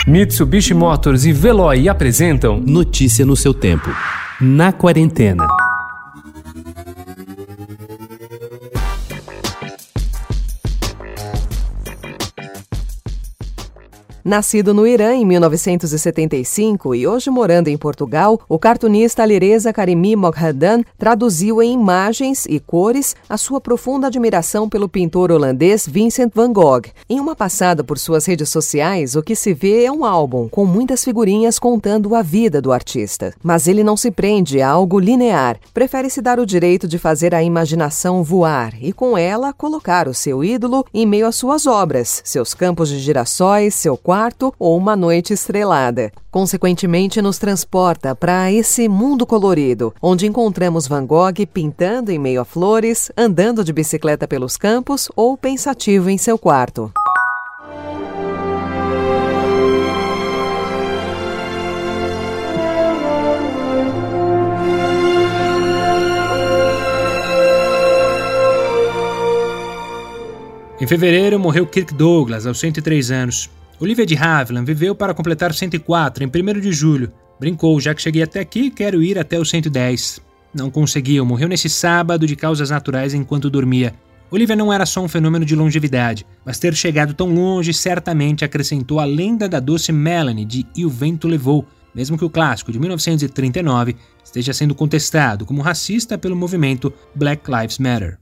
Mitsubishi Motors e Veloy apresentam Notícia no seu tempo. Na quarentena. Nascido no Irã em 1975 e hoje morando em Portugal, o cartunista Alireza Karimi Moghadam traduziu em imagens e cores a sua profunda admiração pelo pintor holandês Vincent van Gogh. Em uma passada por suas redes sociais, o que se vê é um álbum com muitas figurinhas contando a vida do artista. Mas ele não se prende a algo linear, prefere se dar o direito de fazer a imaginação voar e, com ela, colocar o seu ídolo em meio às suas obras, seus campos de girassóis, seu quarto ou uma noite estrelada. Consequentemente, nos transporta para esse mundo colorido, onde encontramos Van Gogh pintando em meio a flores, andando de bicicleta pelos campos ou pensativo em seu quarto. Em fevereiro, morreu Kirk Douglas, aos 103 anos. Olivia de Havilland viveu para completar 104 em 1º de julho. Brincou, já que cheguei até aqui, quero ir até os 110. Não conseguiu, morreu nesse sábado de causas naturais enquanto dormia. Olivia não era só um fenômeno de longevidade, mas ter chegado tão longe certamente acrescentou a lenda da doce Melanie de E o Vento Levou, mesmo que o clássico de 1939 esteja sendo contestado como racista pelo movimento Black Lives Matter.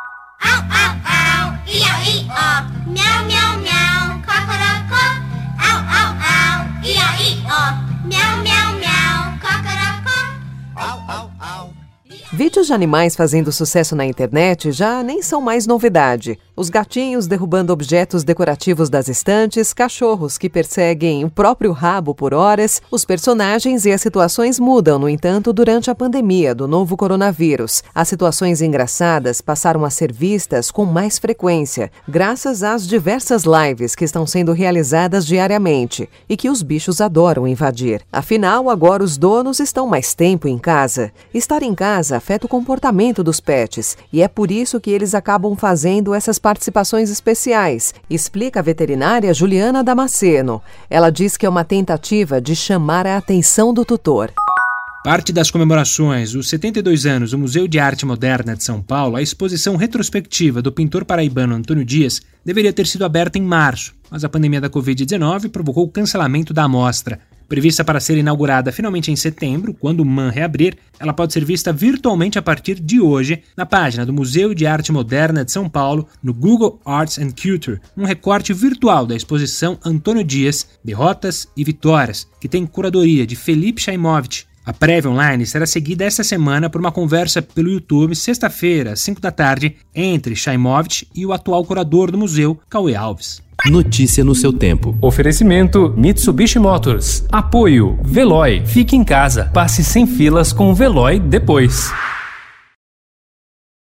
Au, au, au, ia-i-ó, miau, miau, miau, cocorocó. Au, au, au, ia-i-ó, miau, miau, miau, cocorocó. Au, au, au. Vídeos de animais fazendo sucesso na internet já nem são mais novidade. Os gatinhos derrubando objetos decorativos das estantes, cachorros que perseguem o próprio rabo por horas. Os personagens e as situações mudam, no entanto, durante a pandemia do novo coronavírus. As situações engraçadas passaram a ser vistas com mais frequência, graças às diversas lives que estão sendo realizadas diariamente e que os bichos adoram invadir. Afinal, agora os donos estão mais tempo em casa. Estar em casa afeta o comportamento dos pets e é por isso que eles acabam fazendo essas participações especiais, explica a veterinária Juliana Damasceno. Ela diz que é uma tentativa de chamar a atenção do tutor. Parte das comemorações, os 72 anos do Museu de Arte Moderna de São Paulo, a exposição retrospectiva do pintor paraibano Antônio Dias deveria ter sido aberta em março, mas a pandemia da Covid-19 provocou o cancelamento da amostra. Prevista para ser inaugurada finalmente em setembro, quando o MAM reabrir, ela pode ser vista virtualmente a partir de hoje na página do Museu de Arte Moderna de São Paulo, no Google Arts and Culture, um recorte virtual da exposição Antônio Dias, Derrotas e Vitórias, que tem curadoria de Felipe Chaimovic. A prévia online será seguida esta semana por uma conversa pelo YouTube, sexta-feira, às 5 da tarde, entre Chaimovic e o atual curador do museu, Cauê Alves. Notícia no seu tempo. Oferecimento Mitsubishi Motors. Apoio Veloy. Fique em casa. Passe sem filas com o Veloy depois.